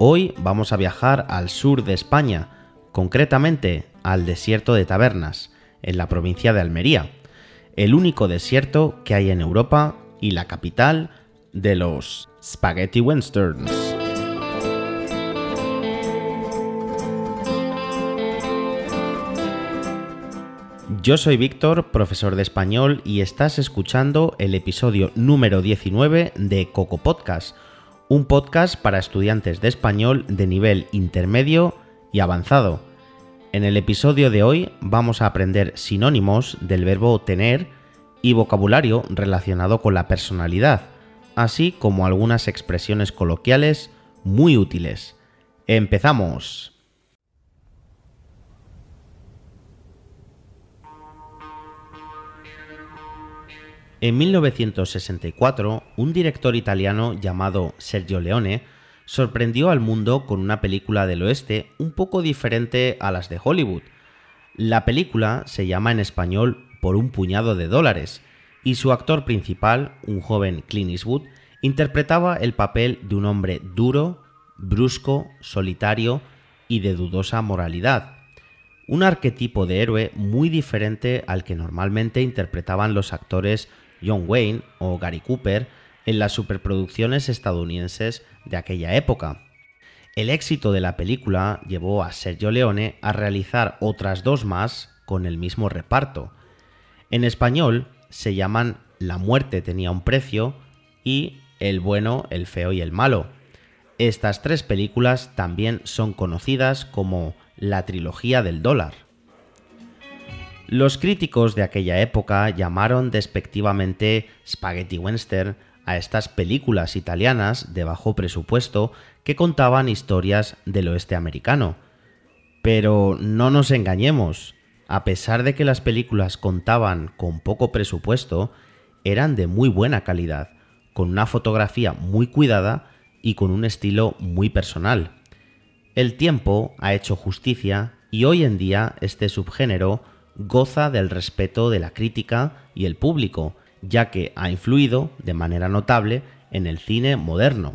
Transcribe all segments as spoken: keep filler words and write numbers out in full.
Hoy vamos a viajar al sur de España, concretamente al desierto de Tabernas, en la provincia de Almería, el único desierto que hay en Europa y la capital de los Spaghetti Westerns. Yo soy Víctor, profesor de español, y estás escuchando el episodio número diecinueve de Coco Podcast, un podcast para estudiantes de español de nivel intermedio y avanzado. En el episodio de hoy vamos a aprender sinónimos del verbo tener y vocabulario relacionado con la personalidad, así como algunas expresiones coloquiales muy útiles. ¡Empezamos! En mil novecientos sesenta y cuatro, un director italiano llamado Sergio Leone sorprendió al mundo con una película del oeste un poco diferente a las de Hollywood. La película se llama en español Por un puñado de dólares, y su actor principal, un joven Clint Eastwood, interpretaba el papel de un hombre duro, brusco, solitario y de dudosa moralidad. Un arquetipo de héroe muy diferente al que normalmente interpretaban los actores John Wayne o Gary Cooper en las superproducciones estadounidenses de aquella época. El éxito de la película llevó a Sergio Leone a realizar otras dos más con el mismo reparto. En español se llaman La muerte tenía un precio y El bueno, el feo y el malo. Estas tres películas también son conocidas como la trilogía del dólar. Los críticos de aquella época llamaron despectivamente Spaghetti Western a estas películas italianas de bajo presupuesto que contaban historias del oeste americano. Pero no nos engañemos, a pesar de que las películas contaban con poco presupuesto, eran de muy buena calidad, con una fotografía muy cuidada y con un estilo muy personal. El tiempo ha hecho justicia y hoy en día este subgénero goza del respeto de la crítica y el público, ya que ha influido de manera notable en el cine moderno.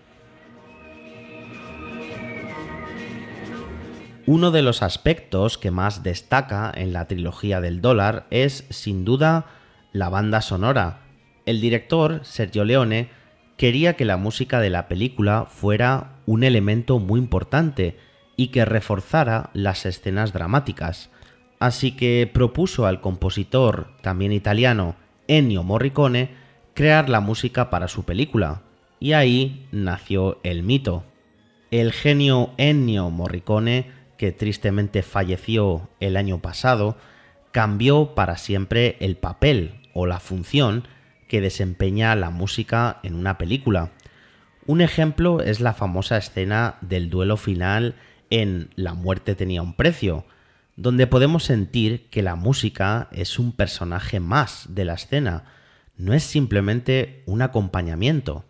Uno de los aspectos que más destaca en la trilogía del dólar es, sin duda, la banda sonora. El director, Sergio Leone, quería que la música de la película fuera un elemento muy importante y que reforzara las escenas dramáticas. Así que propuso al compositor, también italiano, Ennio Morricone, crear la música para su película, y ahí nació el mito. El genio Ennio Morricone, que tristemente falleció el año pasado, cambió para siempre el papel o la función que desempeña la música en una película. Un ejemplo es la famosa escena del duelo final en La muerte tenía un precio, donde podemos sentir que la música es un personaje más de la escena, no es simplemente un acompañamiento.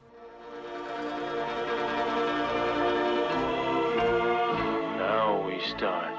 Now we start.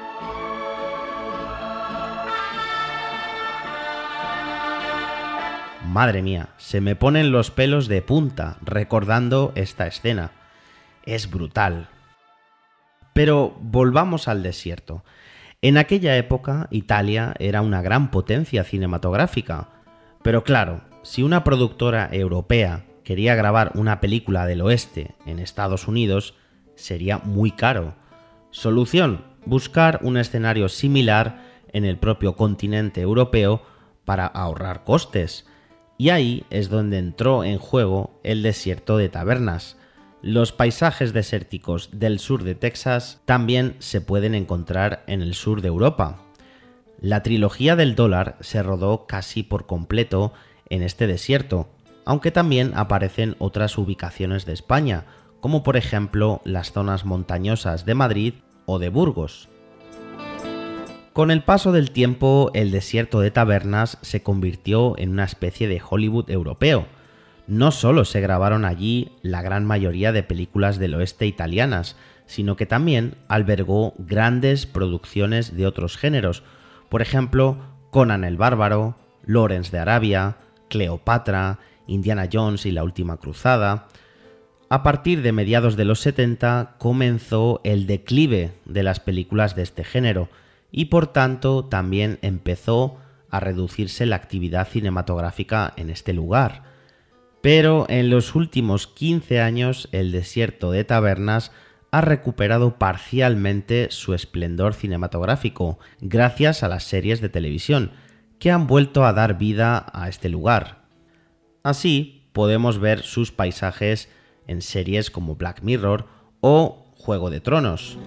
Madre mía, se me ponen los pelos de punta recordando esta escena. Es brutal. Pero volvamos al desierto. En aquella época, Italia era una gran potencia cinematográfica. Pero claro, si una productora europea quería grabar una película del oeste en Estados Unidos, sería muy caro. Solución: buscar un escenario similar en el propio continente europeo para ahorrar costes. Y ahí es donde entró en juego el desierto de Tabernas. Los paisajes desérticos del sur de Texas también se pueden encontrar en el sur de Europa. La trilogía del dólar se rodó casi por completo en este desierto, aunque también aparecen otras ubicaciones de España, como por ejemplo las zonas montañosas de Madrid o de Burgos. Con el paso del tiempo, el desierto de Tabernas se convirtió en una especie de Hollywood europeo. No solo se grabaron allí la gran mayoría de películas del oeste italianas, sino que también albergó grandes producciones de otros géneros, por ejemplo, Conan el Bárbaro, Lawrence de Arabia, Cleopatra, Indiana Jones y la Última Cruzada. A partir de mediados de los setenta comenzó el declive de las películas de este género y por tanto también empezó a reducirse la actividad cinematográfica en este lugar. Pero en los últimos quince años el desierto de Tabernas ha recuperado parcialmente su esplendor cinematográfico gracias a las series de televisión que han vuelto a dar vida a este lugar. Así podemos ver sus paisajes en series como Black Mirror o Juego de Tronos.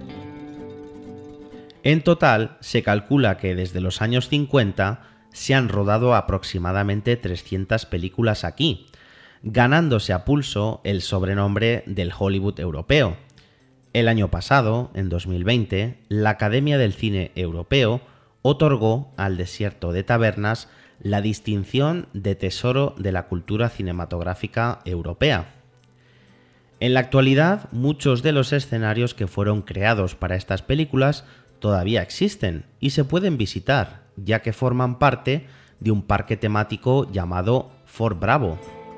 En total, se calcula que desde los años cincuenta se han rodado aproximadamente trescientas películas aquí, ganándose a pulso el sobrenombre del Hollywood europeo. El año pasado, en dos mil veinte, la Academia del Cine Europeo otorgó al Desierto de Tabernas la distinción de Tesoro de la Cultura Cinematográfica Europea. En la actualidad, muchos de los escenarios que fueron creados para estas películas todavía existen y se pueden visitar, ya que forman parte de un parque temático llamado Fort Bravo.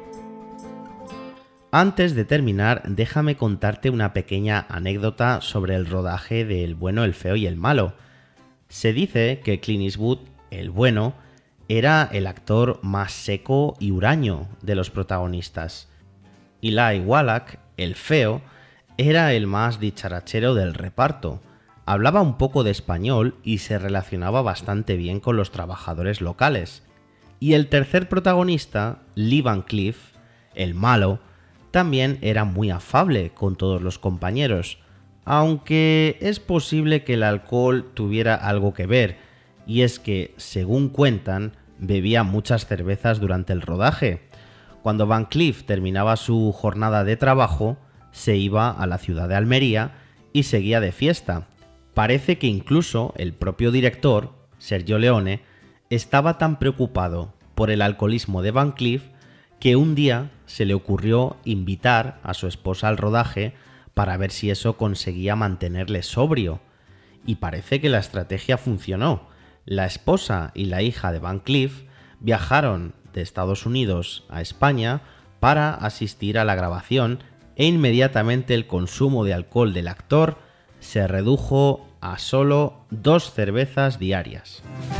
Antes de terminar, déjame contarte una pequeña anécdota sobre el rodaje de El bueno, el feo y el malo. Se dice que Clint Eastwood, el bueno, era el actor más seco y huraño de los protagonistas. Eli Wallach, el feo, era el más dicharachero del reparto. Hablaba un poco de español y se relacionaba bastante bien con los trabajadores locales. Y el tercer protagonista, Lee Van Cleef, el malo, también era muy afable con todos los compañeros, aunque es posible que el alcohol tuviera algo que ver, y es que, según cuentan, bebía muchas cervezas durante el rodaje. Cuando Van Cleef terminaba su jornada de trabajo, se iba a la ciudad de Almería y seguía de fiesta. Parece que incluso el propio director, Sergio Leone, estaba tan preocupado por el alcoholismo de Van Cleef que un día se le ocurrió invitar a su esposa al rodaje para ver si eso conseguía mantenerle sobrio. Y parece que la estrategia funcionó. La esposa y la hija de Van Cleef viajaron de Estados Unidos a España para asistir a la grabación e inmediatamente el consumo de alcohol del actor se redujo a solo dos cervezas diarias.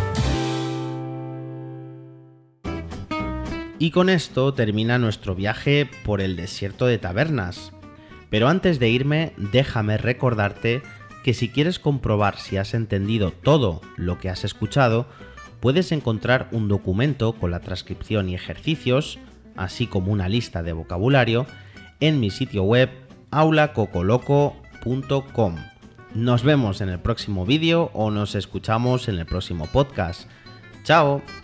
Y con esto termina nuestro viaje por el desierto de Tabernas. Pero antes de irme, déjame recordarte que si quieres comprobar si has entendido todo lo que has escuchado, puedes encontrar un documento con la transcripción y ejercicios, así como una lista de vocabulario, en mi sitio web aula cocoloco punto com. Nos vemos en el próximo vídeo o nos escuchamos en el próximo podcast. ¡Chao!